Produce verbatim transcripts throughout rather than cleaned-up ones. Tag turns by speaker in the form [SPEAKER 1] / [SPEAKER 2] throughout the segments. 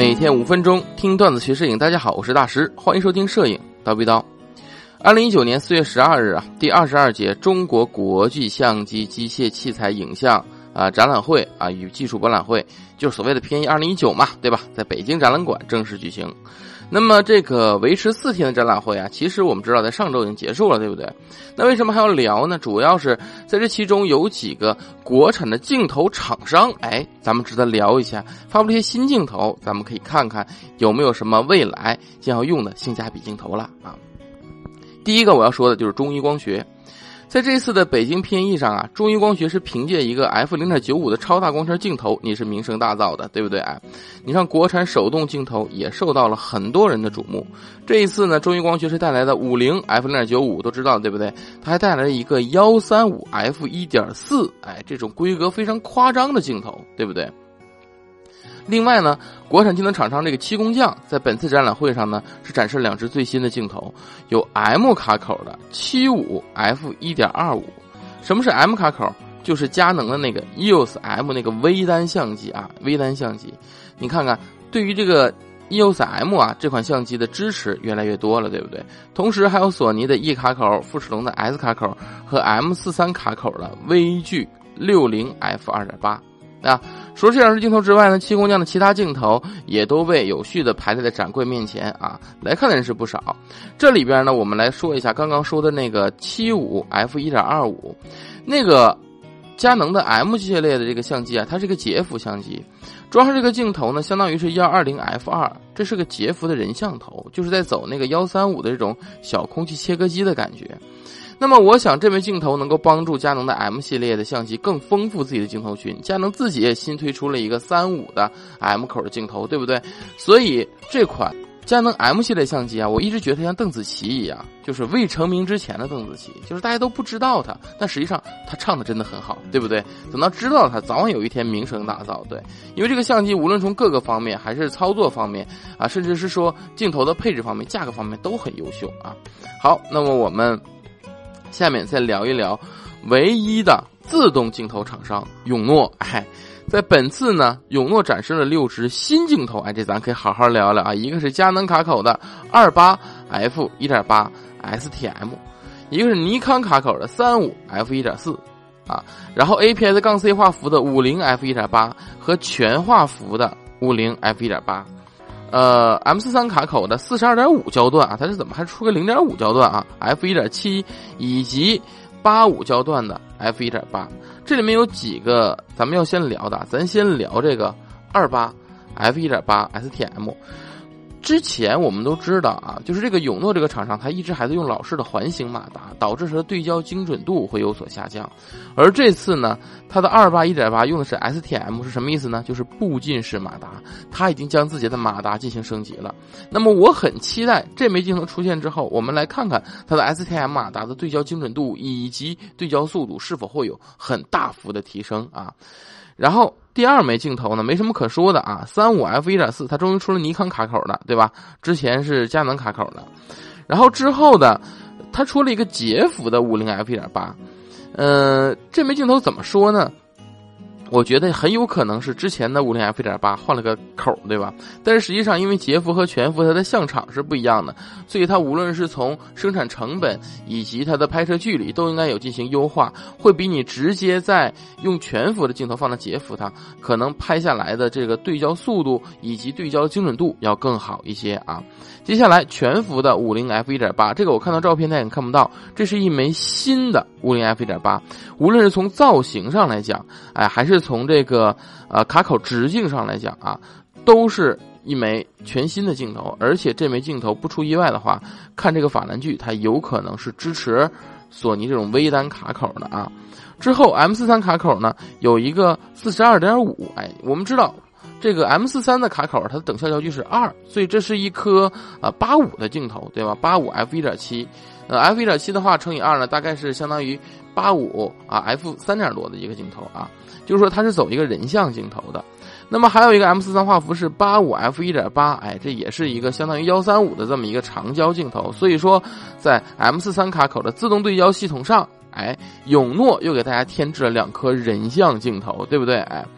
[SPEAKER 1] 每天五分钟听段子学摄影，大家好，我是大师，欢迎收听摄影叨逼叨。二零一九年四月十二日啊，第二十二届中国国际相机机械器材影像啊展览会啊与技术博览会，就是所谓的 P N E 二零一九嘛，对吧？在北京展览馆正式举行。那么这个维持四天的展览会啊，其实我们知道在上周已经结束了，对不对？那为什么还要聊呢？主要是在这其中有几个国产的镜头厂商，哎，咱们值得聊一下，发布了一些新镜头，咱们可以看看有没有什么未来将要用的性价比镜头了啊。第一个我要说的就是中医光学。在这次的北京 P N E 上啊，中医光学是凭借一个 F 零点九五 的超大光圈镜头，你是名声大噪的，对不对啊？你像国产手动镜头也受到了很多人的瞩目。这一次呢，中医光学是带来的五零 F 零点九五 都知道对不对？它还带来了一个一三五 F 一点四， 哎，这种规格非常夸张的镜头，对不对？另外呢，国产镜头厂商这个七工匠在本次展览会上呢，是展示两支最新的镜头，有 M 卡口的 七五 F 一点二五。什么是 M 卡口？就是佳能的那个 E O S M 那个微单相机啊，微单相机。你看看，对于这个 E O S M 啊这款相机的支持越来越多了，对不对？同时还有索尼的 E 卡口、富士龙的 S 卡口和 M 四十三 卡口的微距 六十 F 二点八。啊，除了这两支镜头之外呢，七工匠的其他镜头也都被有序的排列在展柜面前啊，来看的人是不少。这里边呢，我们来说一下刚刚说的那个 七五 F 一点二五， 那个佳能的 M 系列的这个相机啊，它是个截幅相机。主要是这个镜头呢，相当于是 一二零 F 二， 这是个截幅的人像头，就是在走那个一三五的这种小空气切割机的感觉。那么我想这枚镜头能够帮助佳能的 M 系列的相机更丰富自己的镜头群，佳能自己也新推出了一个三五的 M 口的镜头，对不对？所以这款佳能 M 系列相机啊，我一直觉得它像邓紫棋一样，就是未成名之前的邓紫棋，就是大家都不知道它，但实际上它唱的真的很好，对不对？等到知道它，早晚有一天名声大噪，对。因为这个相机无论从各个方面，还是操作方面啊，甚至是说镜头的配置方面、价格方面都很优秀啊。好，那么我们下面再聊一聊唯一的自动镜头厂商永诺。哎，在本次呢，永诺展示了六支新镜头，哎，这咱可以好好聊聊啊。一个是佳能卡口的 二八 F 一点八 S T M， 一个是尼康卡口的 三五 F 一点四 啊，然后 A P S-C 画幅的 五十 F 一点八 和全画幅的 五十 F 一点八。呃 M 四十三 卡口的 四十二点五 焦段啊，它是怎么还出个 零点五 焦段啊 F 一点七 以及八十五焦段的 F 一点八。 这里面有几个咱们要先聊的，咱先聊这个 二八 F 一点八 S T M。 之前我们都知道啊，就是这个永诺这个厂商它一直还在用老式的环形马达，导致它的对焦精准度会有所下降。而这次呢，它的 二八 一点八 用的是 S T M， 是什么意思呢？就是步进式马达，它已经将自己的马达进行升级了。那么我很期待这枚镜头出现之后，我们来看看它的 S T M 马达的对焦精准度以及对焦速度是否会有很大幅的提升啊。然后第二枚镜头呢，没什么可说的啊 ，三五 F 一点四 它终于出了尼康卡口的，对吧？之前是佳能卡口的。然后之后的它出了一个截幅的 五十 F 一点八。呃，这枚镜头怎么说呢？我觉得很有可能是之前的 五十 F 一点八 换了个口，对吧？但是实际上因为截幅和全幅它的相场是不一样的，所以它无论是从生产成本以及它的拍摄距离都应该有进行优化，会比你直接在用全幅的镜头放到截幅，它可能拍下来的这个对焦速度以及对焦精准度要更好一些啊。接下来全幅的 五十 F 一点八， 这个我看到照片大家也看不到，这是一枚新的 五十 F 一点八。 无论是从造型上来讲，哎，还是从这个呃卡口直径上来讲啊，都是一枚全新的镜头。而且这枚镜头不出意外的话，看这个法兰距它有可能是支持索尼这种微单卡口的啊。之后 M 四十三 卡口呢有一个 四十二点五， 哎，我们知道这个 M 四十三 的卡口它的等效焦距是二，所以这是一颗呃八十五的镜头，对吧？ 八十五 F 一点七， 呃 F 一点七 的话乘以二呢，大概是相当于八十五啊 F 三点多的一个镜头啊，就是说它是走一个人像镜头的。那么还有一个 M 四十三 画幅是八十五 F 一点八， 哎，这也是一个相当于一三五的这么一个长焦镜头。所以说在 M 四十三 卡口的自动对焦系统上，哎，永诺又给大家添置了两颗人像镜头，对不对？哎，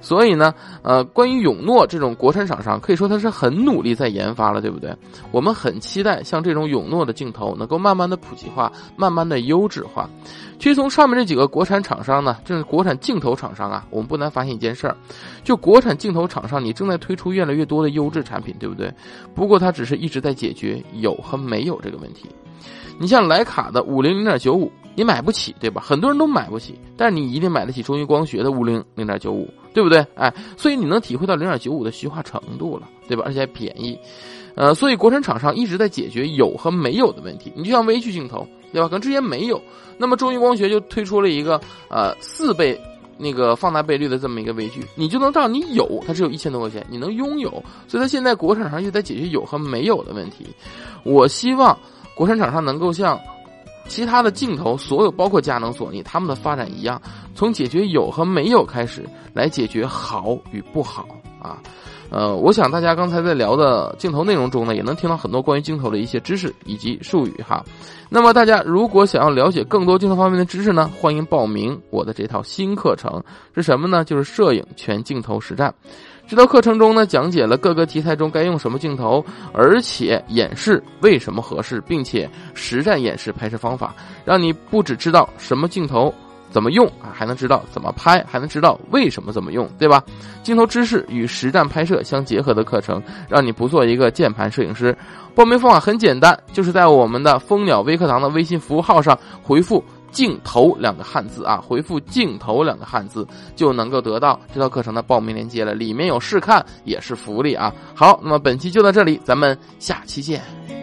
[SPEAKER 1] 所以呢，呃，关于永诺这种国产厂商，可以说它是很努力在研发了，对不对？我们很期待像这种永诺的镜头能够慢慢的普及化，慢慢的优质化。其实从上面这几个国产厂商呢，这是国产镜头厂商啊，我们不难发现一件事儿，就国产镜头厂商，你正在推出越来越多的优质产品，对不对？不过它只是一直在解决有和没有这个问题。你像徕卡的五零零点九五，你买不起，对吧？很多人都买不起，但是你一定买得起中医光学的五零零点九五，对不对？哎，所以你能体会到零点九五的虚化程度了，对吧？而且还便宜。呃，所以国产厂商一直在解决有和没有的问题。你就像微距镜头，对吧？可能之前没有，那么中医光学就推出了一个呃四倍那个放大倍率的这么一个微距，你就能知道你有，它只有一千多块钱，你能拥有。所以它现在国产厂商一直在解决有和没有的问题。我希望国产厂商能够像其他的镜头，所有包括佳能、索尼，他们的发展一样，从解决有和没有开始，来解决好与不好啊。呃，我想大家刚才在聊的镜头内容中呢，也能听到很多关于镜头的一些知识以及术语哈。那么大家如果想要了解更多镜头方面的知识呢，欢迎报名我的这套新课程，是什么呢？就是摄影全镜头实战。这套课程中呢，讲解了各个题材中该用什么镜头，而且演示为什么合适，并且实战演示拍摄方法，让你不只知道什么镜头怎么用啊，还能知道怎么拍，还能知道为什么怎么用，对吧？镜头知识与实战拍摄相结合的课程，让你不做一个键盘摄影师。报名方法很简单，就是在我们的蜂鸟微课堂的微信服务号上回复镜头两个汉字啊，回复镜头两个汉字就能够得到这套课程的报名链接了，里面有试看也是福利啊。好，那么本期就到这里，咱们下期见。